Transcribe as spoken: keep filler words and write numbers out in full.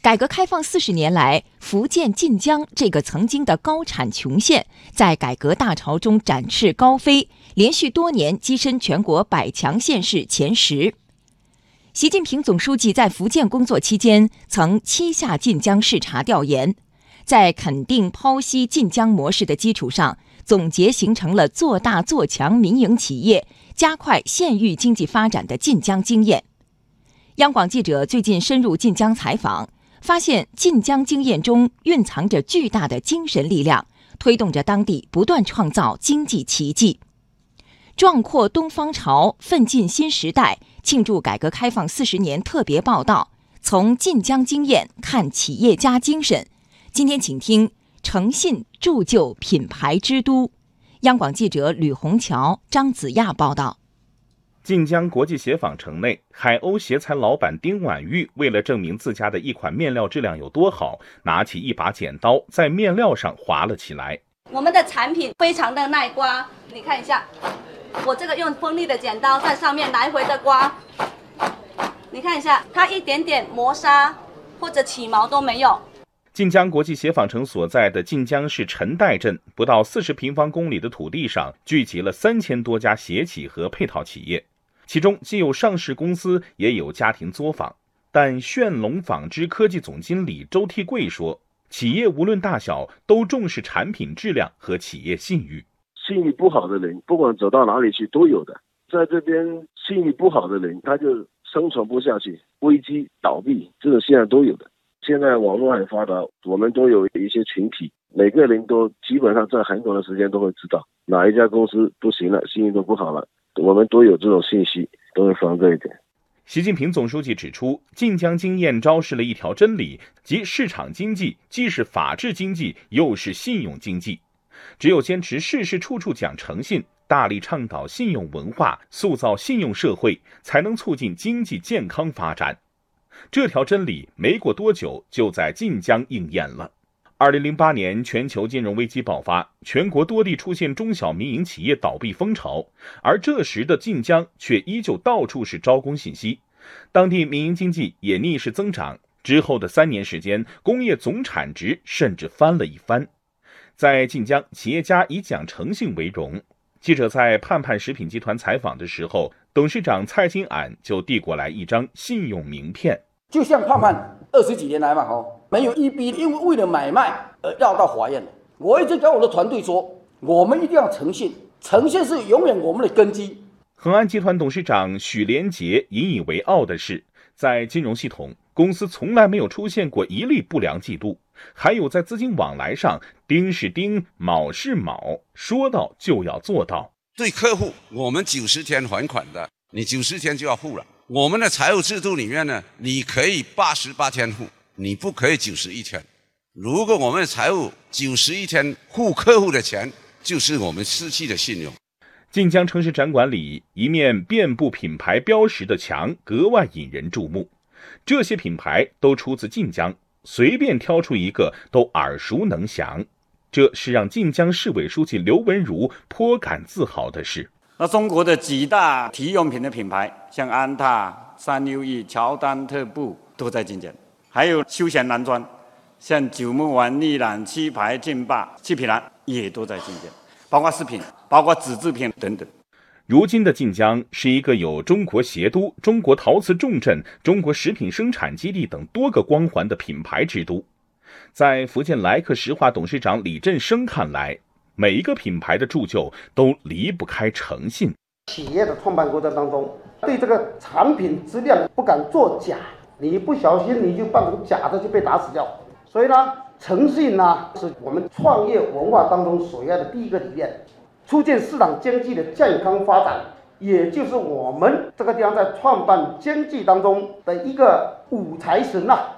改革开放四十年来，福建晋江这个曾经的高产穷县，在改革大潮中展翅高飞，连续多年跻身全国百强县市前十。习近平总书记在福建工作期间，曾七下晋江视察调研，在肯定剖析晋江模式的基础上，总结形成了做大做强民营企业、加快县域经济发展的晋江经验。央广记者最近深入晋江采访，发现晋江经验中蕴藏着巨大的精神力量，推动着当地不断创造经济奇迹。壮阔东方潮，奋进新时代，庆祝改革开放四十年特别报道，从晋江经验看企业家精神。今天请听诚信铸就品牌之都。央广记者吕红桥、张子亚报道。 晋江国际鞋坊城内，海鸥鞋材老板丁婉玉为了证明自家的一款面料质量有多好，拿起一把剪刀在面料上划了起来。 我们的产品非常的耐刮，你看一下，我这个用锋利的剪刀在上面来回的刮，你看一下，它一点点磨砂或者起毛都没有。 晋江国际鞋坊城所在的晋江市陈岱镇，不到四十平方公里的土地上，聚集了三千多家鞋企和配套企业，其中既有上市公司，也有家庭作坊。但炫龙纺织科技总经理周替贵说，企业无论大小，都重视产品质量和企业信誉。 信誉不好的人，不管走到哪里去都有的。在这边信誉不好的人，他就生存不下去，危机倒闭，这个现在都有的。现在网络很发达，我们都有一些群体，每个人都基本上在很短的时间都会知道哪一家公司不行了，信誉都不好了，我们都有这种信息，都会防这一点。 习近平总书记指出，晋江经验昭示了一条真理，即市场经济既是法治经济，又是信用经济。只有坚持事事处处讲诚信，大力倡导信用文化，塑造信用社会，才能促进经济健康发展。这条真理没过多久就在晋江应验了。二零零八年全球金融危机爆发，全国多地出现中小民营企业倒闭风潮，而这时的晋江却依旧到处是招工信息，当地民营经济也逆势增长。之后的三年时间，工业总产值甚至翻了一番。在晋江，企业家以讲诚信为荣。记者在盼盼食品集团采访的时候，董事长蔡金俺就递过来一张信用名片。 就像盼盼二十几年来嘛，哦，没有一笔因为为了买卖而要到法院。我一直跟我的团队说，我们一定要诚信，诚信是永远我们的根基。 恒安集团董事长许连杰引以为傲的是，在金融系统，公司从来没有出现过一例不良记录，还有在资金往来上，丁是丁，卯是卯，说到就要做到。 对客户，我们九十天还款的，你九十天就要付了。我们的财务制度里面呢，你可以八十八天付，你不可以九十一天。如果我们的财务九十一天付客户的钱，就是我们失去的信用。 晋江城市展馆里，一面遍布品牌标识的墙格外引人注目。这些品牌都出自晋江，随便挑出一个都耳熟能详。这是让晋江市委书记刘文如颇感自豪的事。 那中国的几大体育用品的品牌，像安踏、三六一、乔丹、特步都在晋江，还有休闲男装，像九牧玩、力揽、七牌、劲霸、七匹蓝也都在晋江，包括饰品，包括纸制品等等。 如今的晋江是一个有中国鞋都、中国陶瓷重镇、中国食品生产基地等多个光环的品牌之都。在福建莱克石化董事长李振生看来，每一个品牌的铸就都离不开诚信。 企业的创办过程当中，对这个产品质量不敢作假，你不小心你就办成假的就被打死掉。所以呢，诚信呢是我们创业文化当中所要的第一个理念，促进市场经济的健康发展，也就是我们这个地方在创办经济当中的一个五财神啊。